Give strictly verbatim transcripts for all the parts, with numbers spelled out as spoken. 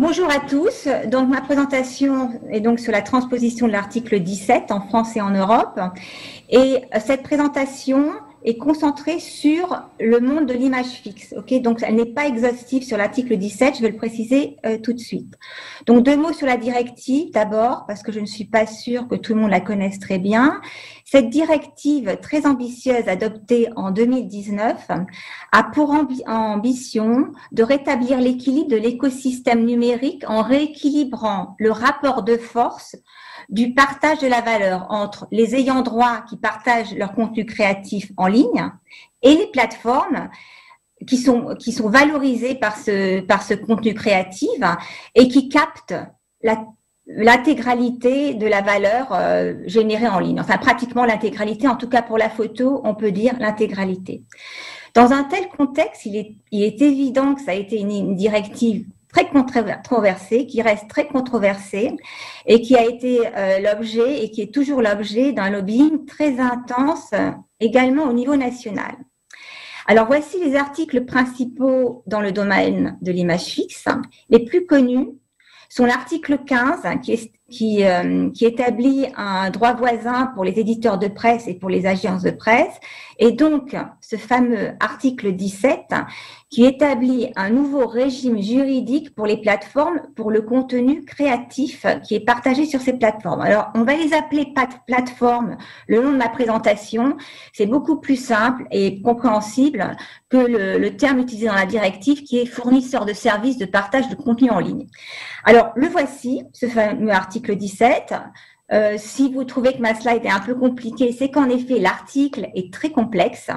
bonjour à tous. Donc, ma présentation est donc sur la transposition de l'article dix-sept en France et en Europe. Et cette présentation est concentrée sur le monde de l'image fixe. Okay, donc, elle n'est pas exhaustive sur l'article dix-sept, je vais le préciser euh, tout de suite. Donc, deux mots sur la directive d'abord, parce que je ne suis pas sûre que tout le monde la connaisse très bien. Cette directive très ambitieuse adoptée en deux mille dix-neuf a pour ambi- ambition de rétablir l'équilibre de l'écosystème numérique en rééquilibrant le rapport de force du partage de la valeur entre les ayants droit qui partagent leur contenu créatif en ligne et les plateformes qui sont, qui sont valorisées par ce, par ce contenu créatif et qui captent la l'intégralité de la valeur euh, générée en ligne. Enfin, pratiquement l'intégralité, en tout cas pour la photo, on peut dire l'intégralité. Dans un tel contexte, il est, il est évident que ça a été une, une directive très controversée, qui reste très controversée et qui a été euh, l'objet et qui est toujours l'objet d'un lobbying très intense euh, également au niveau national. Alors, voici les articles principaux dans le domaine de l'image fixe. Les plus connus sont l'article quinze qui, est, qui, euh, qui établit un droit voisin pour les éditeurs de presse et pour les agences de presse, et donc ce fameux article dix-sept qui établit un nouveau régime juridique pour les plateformes pour le contenu créatif qui est partagé sur ces plateformes. Alors, on va les appeler plateformes le long de ma présentation. C'est beaucoup plus simple et compréhensible que le, le terme utilisé dans la directive qui est fournisseur de services de partage de contenu en ligne. Alors, le voici, ce fameux article dix-sept. Euh, si vous trouvez que ma slide est un peu compliquée, c'est qu'en effet, l'article est très complexe.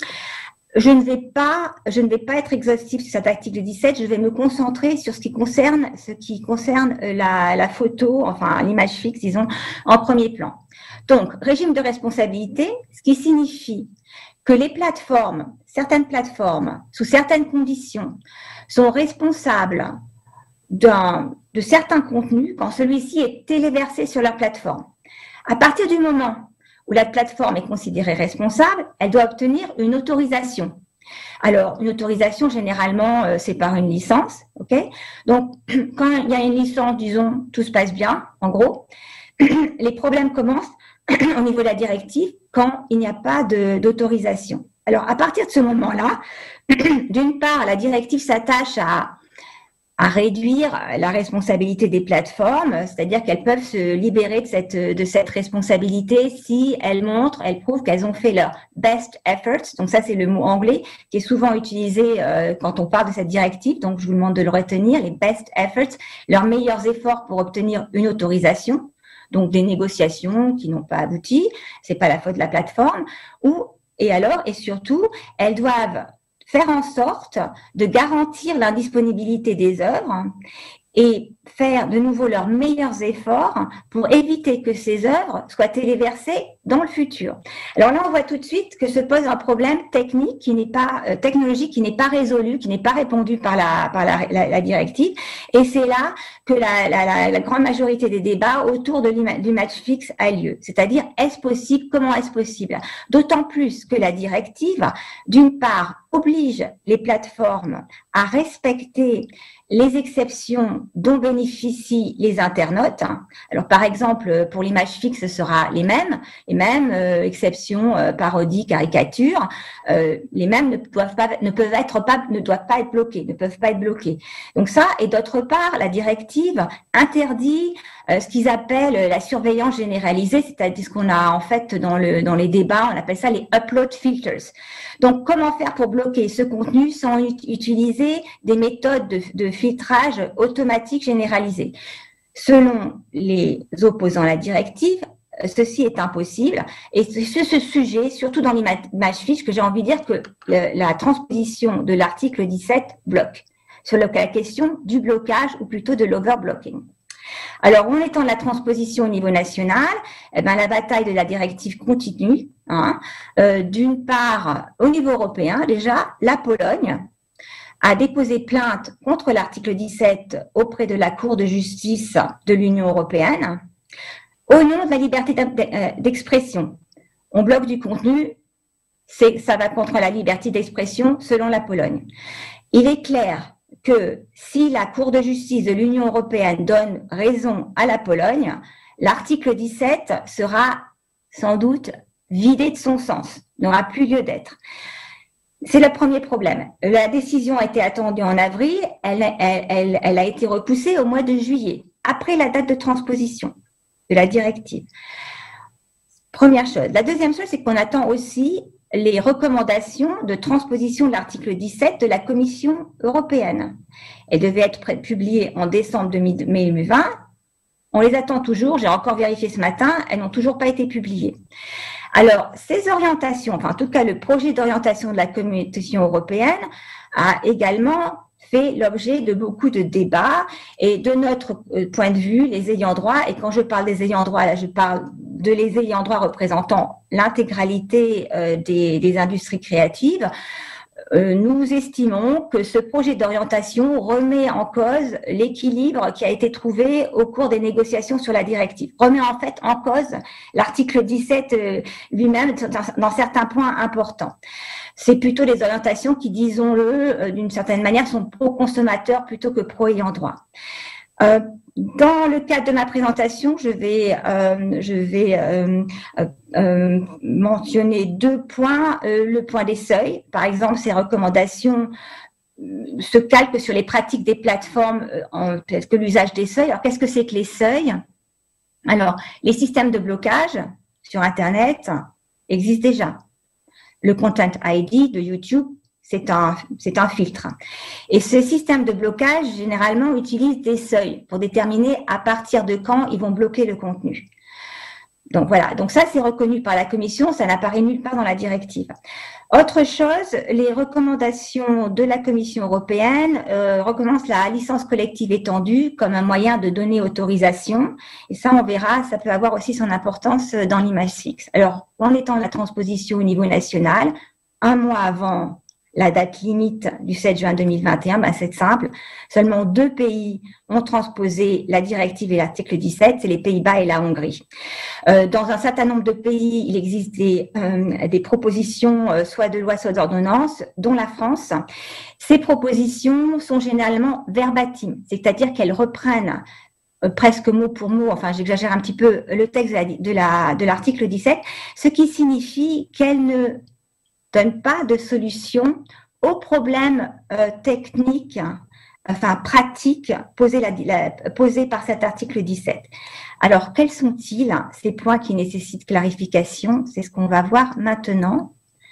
Je ne vais pas, je ne vais pas être exhaustive sur cet article dix-sept, je vais me concentrer sur ce qui concerne, ce qui concerne la, la photo, enfin l'image fixe, disons, en premier plan. Donc, régime de responsabilité, ce qui signifie que les plateformes, certaines plateformes, sous certaines conditions, sont responsables d'un, de certains contenus quand celui-ci est téléversé sur leur plateforme. À partir du moment où la plateforme est considérée responsable, elle doit obtenir une autorisation. Alors, une autorisation, généralement, euh, c'est par une licence, ok ? Donc, quand il y a une licence, disons, tout se passe bien, en gros, les problèmes commencent au niveau de la directive quand il n'y a pas de, d'autorisation. Alors, à partir de ce moment-là, d'une part, la directive s'attache à à réduire la responsabilité des plateformes, c'est-à-dire qu'elles peuvent se libérer de cette, de cette responsabilité si elles montrent, elles prouvent qu'elles ont fait leur best efforts. Donc ça, c'est le mot anglais qui est souvent utilisé euh, quand on parle de cette directive. Donc, je vous demande de le retenir, les best efforts, leurs meilleurs efforts pour obtenir une autorisation. Donc, des négociations qui n'ont pas abouti, c'est pas la faute de la plateforme. Ou, et alors, et surtout, elles doivent faire en sorte de garantir l'indisponibilité des œuvres et faire de nouveau leurs meilleurs efforts pour éviter que ces œuvres soient téléversées dans le futur. Alors là, on voit tout de suite que se pose un problème technique qui n'est pas euh, technologique, qui n'est pas résolu, qui n'est pas répondu par la par la, la, la directive. Et c'est là que la, la, la, la grande majorité des débats autour de l'image fixe a lieu. C'est-à-dire, est-ce possible? Comment est-ce possible? D'autant plus que la directive, d'une part, oblige les plateformes à respecter les exceptions dont bénéficient les internautes. Alors, par exemple, pour l'image fixe, ce sera les mêmes, les mêmes euh, exceptions, euh, parodie, caricature, euh, les mêmes ne doivent pas, ne peuvent être pas, ne doivent pas être bloqués, ne peuvent pas être bloqués. Donc ça, et d'autre part, la directive interdit euh, ce qu'ils appellent la surveillance généralisée, c'est-à-dire ce qu'on a en fait dans le dans les débats, on appelle ça les upload filters. Donc, comment faire pour bloquer ce contenu sans utiliser des méthodes de, de filtrage automatique généralisé? Selon les opposants à la directive, ceci est impossible. Et c'est ce sujet, surtout dans l'image fixe, que j'ai envie de dire que le, la transposition de l'article dix-sept bloque sur la question du blocage ou plutôt de l'overblocking. Alors, en étant de la transposition au niveau national, eh ben, la bataille de la directive continue. Hein. Euh, d'une part, au niveau européen, déjà, la Pologne a déposé plainte contre l'article dix-sept auprès de la Cour de justice de l'Union européenne au nom de la liberté d'expression. On bloque du contenu, c'est, ça va contre la liberté d'expression selon la Pologne. Il est clair que si la Cour de justice de l'Union européenne donne raison à la Pologne, l'article dix-sept sera sans doute vidé de son sens, n'aura plus lieu d'être. C'est le premier problème. La décision a été attendue en avril, elle, elle, elle, elle a été repoussée au mois de juillet, après la date de transposition de la directive. Première chose. La deuxième chose, c'est qu'on attend aussi les recommandations de transposition de l'article dix-sept de la Commission européenne. Elles devaient être publiées en décembre deux mille vingt. On les attend toujours. J'ai encore vérifié ce matin. Elles n'ont toujours pas été publiées. Alors, ces orientations, enfin, en tout cas, le projet d'orientation de la Commission européenne a également fait l'objet de beaucoup de débats et de notre point de vue, les ayants droit, et quand je parle des ayants droit, là, je parle de les ayants droit représentant l'intégralité euh, des, des industries créatives, euh, nous estimons que ce projet d'orientation remet en cause l'équilibre qui a été trouvé au cours des négociations sur la directive, remet en fait en cause l'article dix-sept euh, lui-même dans, dans certains points importants. C'est plutôt des orientations qui, disons-le, d'une certaine manière, sont pro-consommateurs plutôt que pro-ayant droit. Euh, dans le cadre de ma présentation, je vais, euh, je vais euh, euh, mentionner deux points. Euh, le point des seuils, par exemple, ces recommandations se calquent sur les pratiques des plateformes, en, peut-être que l'usage des seuils. Alors, qu'est-ce que c'est que les seuils? Alors, les systèmes de blocage sur Internet existent déjà. Le Content I D de YouTube, c'est un, c'est un filtre. Et ce système de blocage, généralement, utilise des seuils pour déterminer à partir de quand ils vont bloquer le contenu. Donc voilà, donc ça, c'est reconnu par la Commission, ça n'apparaît nulle part dans la directive. Autre chose, les recommandations de la Commission européenne euh, recommandent la licence collective étendue comme un moyen de donner autorisation. Et ça, on verra, ça peut avoir aussi son importance dans l'image fixe. Alors, en étant la transposition au niveau national, un mois avant la date limite du sept juin deux mille vingt et un, ben c'est simple. Seulement deux pays ont transposé la directive et l'article dix-sept, c'est les Pays-Bas et la Hongrie. Euh, dans un certain nombre de pays, il existe des, euh, des propositions, euh, soit de loi, soit d'ordonnance, dont la France. Ces propositions sont généralement verbatim, c'est-à-dire qu'elles reprennent euh, presque mot pour mot, enfin j'exagère un petit peu, le texte de la, de l'article dix-sept, ce qui signifie qu'elles ne donne pas de solution aux problèmes euh, techniques, enfin pratiques posés, la, la, posés par cet article dix-sept. Alors, quels sont-ils ces points qui nécessitent clarification? C'est ce qu'on va voir maintenant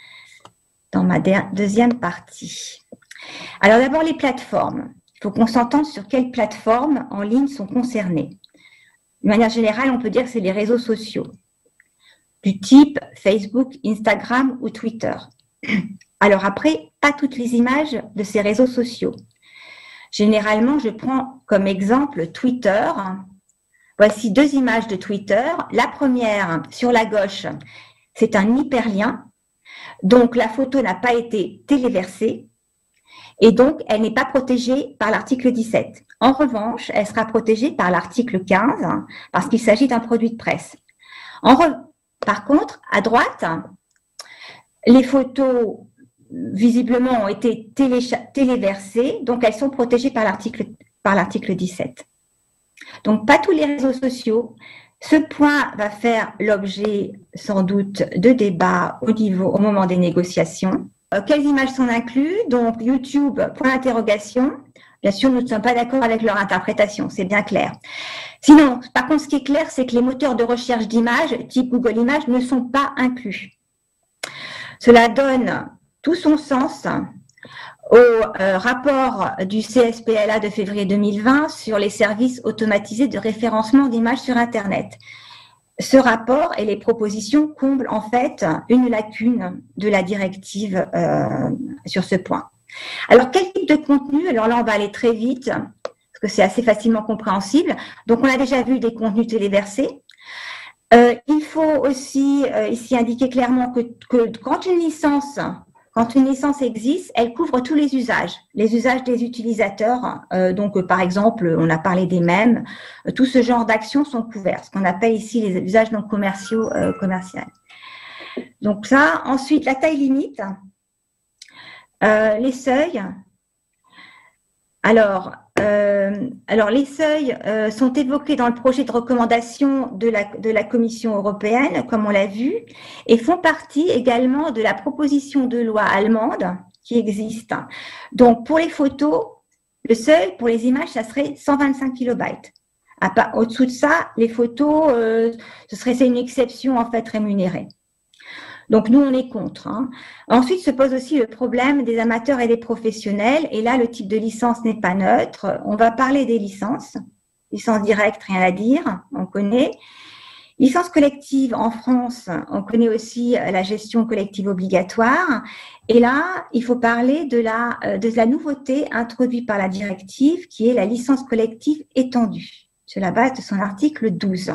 dans ma deuxième partie. Alors d'abord, les plateformes. Il faut qu'on s'entende sur quelles plateformes en ligne sont concernées. De manière générale, on peut dire que c'est les réseaux sociaux, du type Facebook, Instagram ou Twitter. Alors après, pas toutes les images de ces réseaux sociaux. Généralement, je prends comme exemple Twitter. Voici deux images de Twitter. La première, sur la gauche, c'est un hyperlien. Donc, la photo n'a pas été téléversée et donc, elle n'est pas protégée par l'article dix-sept. En revanche, elle sera protégée par l'article quinze parce qu'il s'agit d'un produit de presse. En re... Par contre, à droite, les photos visiblement ont été télé... téléversées, donc elles sont protégées par l'article par l'article dix-sept. Donc, pas tous les réseaux sociaux. Ce point va faire l'objet sans doute de débats au niveau, au moment des négociations. Euh, quelles images sont incluses? Donc, YouTube, point d'interrogation. Bien sûr, nous ne sommes pas d'accord avec leur interprétation, c'est bien clair. Sinon, par contre, ce qui est clair, c'est que les moteurs de recherche d'images, type Google Images, ne sont pas inclus. Cela donne tout son sens au euh, rapport du C S P L A de février deux mille vingt sur les services automatisés de référencement d'images sur Internet. Ce rapport et les propositions comblent en fait une lacune de la directive euh, sur ce point. Alors, quel type de contenu? Alors là, on va aller très vite parce que c'est assez facilement compréhensible. Donc, on a déjà vu des contenus téléversés. Euh, il faut aussi euh, ici indiquer clairement que, que quand une licence Quand une licence existe, elle couvre tous les usages, les usages des utilisateurs. Euh, donc, par exemple, on a parlé des mèmes. Euh, tout ce genre d'actions sont couverts, ce qu'on appelle ici les usages non commerciaux euh, commerciaux. Donc ça, ensuite, la taille limite, euh, les seuils. Alors, euh, alors les seuils euh, sont évoqués dans le projet de recommandation de la, de la Commission européenne, comme on l'a vu, et font partie également de la proposition de loi allemande qui existe. Donc, pour les photos, le seuil pour les images, ça serait cent vingt-cinq kilobytes. Au-dessous de ça, les photos, euh, ce serait c'est une exception en fait rémunérée. Donc, nous, on est contre. Hein. Ensuite, se pose aussi le problème des amateurs et des professionnels. Et là, le type de licence n'est pas neutre. On va parler des licences. Licence directe, rien à dire, on connaît. Licence collective, en France, on connaît aussi la gestion collective obligatoire. Et là, il faut parler de la, de la nouveauté introduite par la directive, qui est la licence collective étendue, sur la base de son article douze.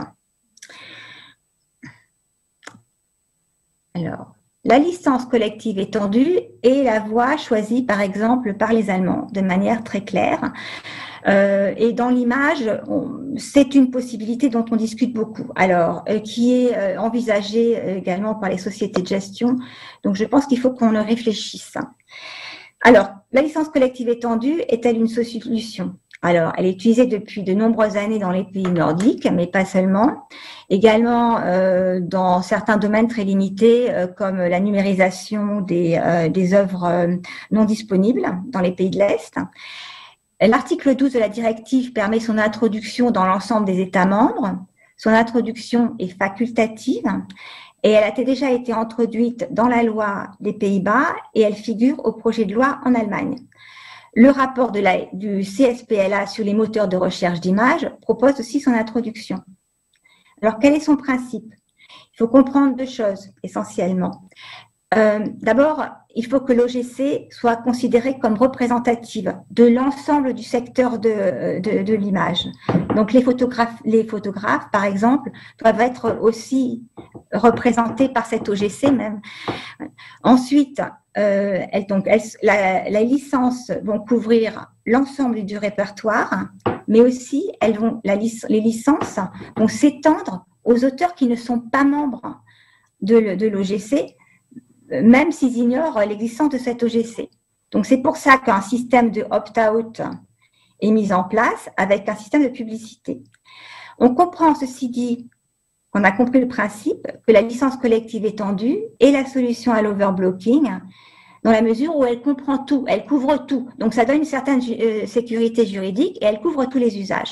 Alors, la licence collective étendue est la voie choisie, par exemple, par les Allemands, de manière très claire. Euh, et dans l'image, c'est une possibilité dont on discute beaucoup, alors euh, qui est euh, envisagée également par les sociétés de gestion. Donc, je pense qu'il faut qu'on le réfléchisse. Alors, la licence collective étendue est-elle une solution ? Alors, elle est utilisée depuis de nombreuses années dans les pays nordiques, mais pas seulement. Également euh, dans certains domaines très limités, euh, comme la numérisation des, euh, des œuvres euh, non disponibles dans les pays de l'Est. L'article douze de la directive permet son introduction dans l'ensemble des États membres. Son introduction est facultative et elle a déjà été introduite dans la loi des Pays-Bas et elle figure au projet de loi en Allemagne. Le rapport de la, du C S P L A sur les moteurs de recherche d'images propose aussi son introduction. Alors, quel est son principe ? Il faut comprendre deux choses essentiellement. Euh, d'abord, il faut que l'O G C soit considérée comme représentative de l'ensemble du secteur de, de, de l'image. Donc, les photographes, les photographes, par exemple, doivent être aussi représentés par cette O G C même. Ensuite, euh, elle, donc, elle, la, la licence vont couvrir l'ensemble du répertoire, mais aussi elles vont, la, les licences vont s'étendre aux auteurs qui ne sont pas membres de, de l'O G C, même s'ils ignorent l'existence de cette O G C. Donc, c'est pour ça qu'un système de opt-out est mis en place avec un système de publicité. On comprend, ceci dit, on a compris le principe que la licence collective étendue est la solution à l'overblocking dans la mesure où elle comprend tout, elle couvre tout. Donc, ça donne une certaine euh, sécurité juridique et elle couvre tous les usages.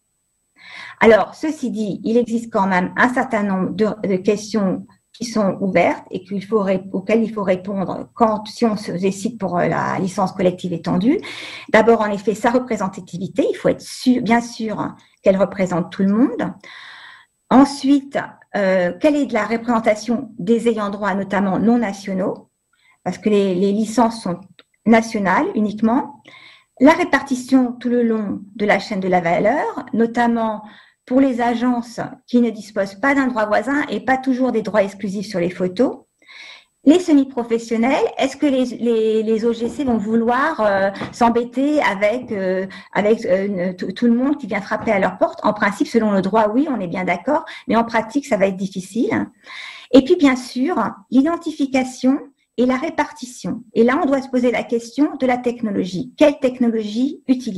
Alors, ceci dit, il existe quand même un certain nombre de, de questions qui sont ouvertes et qu'il faut, auxquelles il faut répondre quand, si on se décide pour la licence collective étendue. D'abord, en effet, sa représentativité, il faut être sûr, bien sûr qu'elle représente tout le monde. Ensuite, euh, quelle est de la représentation des ayants droit, notamment non nationaux, parce que les, les licences sont nationales uniquement. La répartition tout le long de la chaîne de la valeur, notamment pour les agences qui ne disposent pas d'un droit voisin et pas toujours des droits exclusifs sur les photos. Les semi-professionnels, est-ce que les, les, les O G C vont vouloir euh, s'embêter avec, euh, avec euh, tout le monde qui vient frapper à leur porte ? En principe, selon le droit, oui, on est bien d'accord, mais en pratique, ça va être difficile. Et puis, bien sûr, l'identification et la répartition. Et là, on doit se poser la question de la technologie. Quelle technologie utiliser ?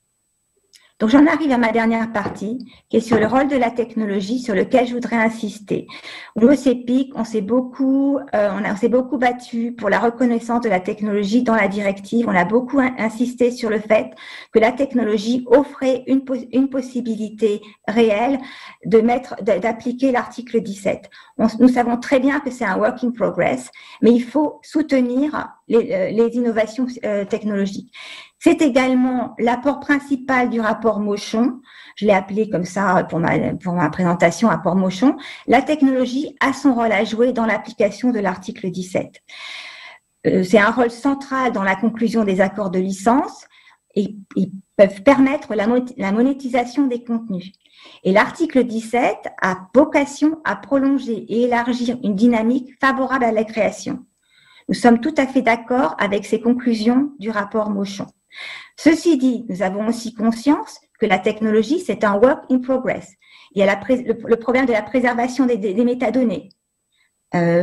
Donc, j'en arrive à ma dernière partie, qui est sur le rôle de la technologie, sur lequel je voudrais insister. Au C E P I C, on s'est beaucoup, euh, on, a, on s'est beaucoup battu pour la reconnaissance de la technologie dans la directive. On a beaucoup in- insisté sur le fait que la technologie offrait une, pos- une possibilité réelle de mettre, de, d'appliquer l'article dix-sept. On, nous savons très bien que c'est un work in progress, mais il faut soutenir les, euh, les innovations euh, technologiques. C'est également l'apport principal du rapport Mauchon. Je l'ai appelé comme ça pour ma, pour ma présentation, rapport Mauchon. La technologie a son rôle à jouer dans l'application de l'article dix-sept. Euh, c'est un rôle central dans la conclusion des accords de licence et ils peuvent permettre la, la monétisation des contenus. Et l'article dix-sept a vocation à prolonger et élargir une dynamique favorable à la création. Nous sommes tout à fait d'accord avec ces conclusions du rapport Mauchon. Ceci dit, nous avons aussi conscience que la technologie, c'est un work in progress. Il y a la, le, le problème de la préservation des, des, des métadonnées. Euh,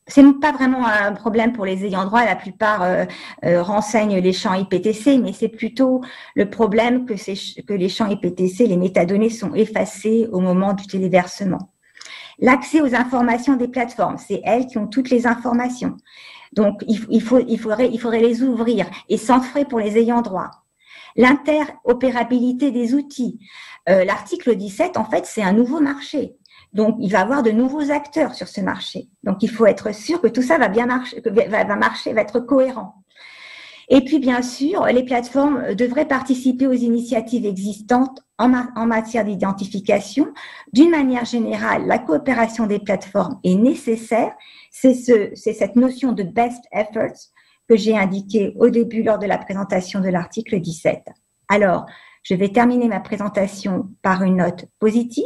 c'est pas vraiment un problème pour les ayants droit. La plupart euh, euh, renseignent les champs I P T C, mais c'est plutôt le problème que, que les champs I P T C, les métadonnées, sont effacées au moment du téléversement. L'accès aux informations des plateformes, c'est elles qui ont toutes les informations. Donc, il, il, faut, il, faudrait, il faudrait les ouvrir et sans frais pour les ayants droit. L'interopérabilité des outils. Euh, l'article dix-sept, en fait, c'est un nouveau marché. Donc, il va y avoir de nouveaux acteurs sur ce marché. Donc, il faut être sûr que tout ça va bien marcher, que va, va marcher, va être cohérent. Et puis, bien sûr, les plateformes devraient participer aux initiatives existantes en, ma en matière d'identification. D'une manière générale, la coopération des plateformes est nécessaire. C'est ce, c'est cette notion de best efforts que j'ai indiquée au début lors de la présentation de l'article dix-sept. Alors, je vais terminer ma présentation par une note positive.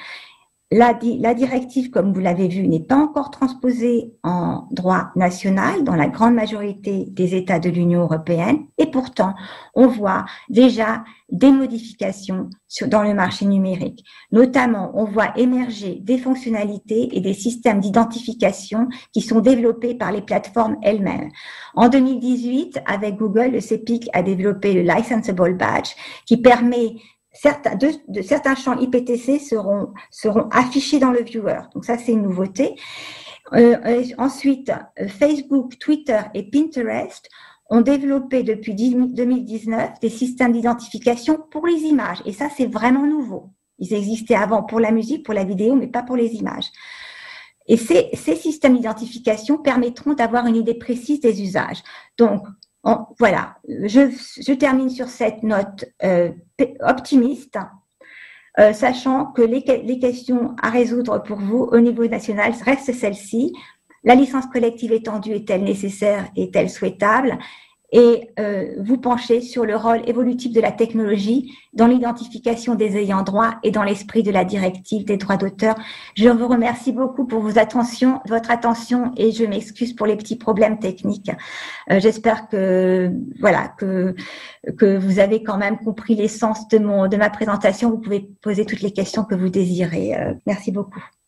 La, la directive, comme vous l'avez vu, n'est pas encore transposée en droit national dans la grande majorité des États de l'Union européenne. Et pourtant, on voit déjà des modifications sur, dans le marché numérique. Notamment, on voit émerger des fonctionnalités et des systèmes d'identification qui sont développés par les plateformes elles-mêmes. En deux mille dix-huit, avec Google, le C E P I C a développé le Licensable Badge qui permet Certains, de, de, certains champs I P T C seront, seront affichés dans le viewer. Donc ça, c'est une nouveauté. Euh, euh, ensuite, Facebook, Twitter et Pinterest ont développé depuis deux mille dix-neuf des systèmes d'identification pour les images. Et ça, c'est vraiment nouveau. Ils existaient avant pour la musique, pour la vidéo, mais pas pour les images. Et ces, ces systèmes d'identification permettront d'avoir une idée précise des usages. Donc, on, voilà, je, je termine sur cette note euh, optimiste, euh, sachant que les, les questions à résoudre pour vous au niveau national restent celles-ci. La licence collective étendue est-elle nécessaire, est-elle souhaitable? Et euh, vous penchez sur le rôle évolutif de la technologie dans l'identification des ayants droit et dans l'esprit de la directive des droits d'auteur. Je vous remercie beaucoup pour vos attentions, votre attention et je m'excuse pour les petits problèmes techniques. Euh, J'espère que voilà que que vous avez quand même compris l'essence de mon de ma présentation. Vous pouvez poser toutes les questions que vous désirez. Euh, merci beaucoup.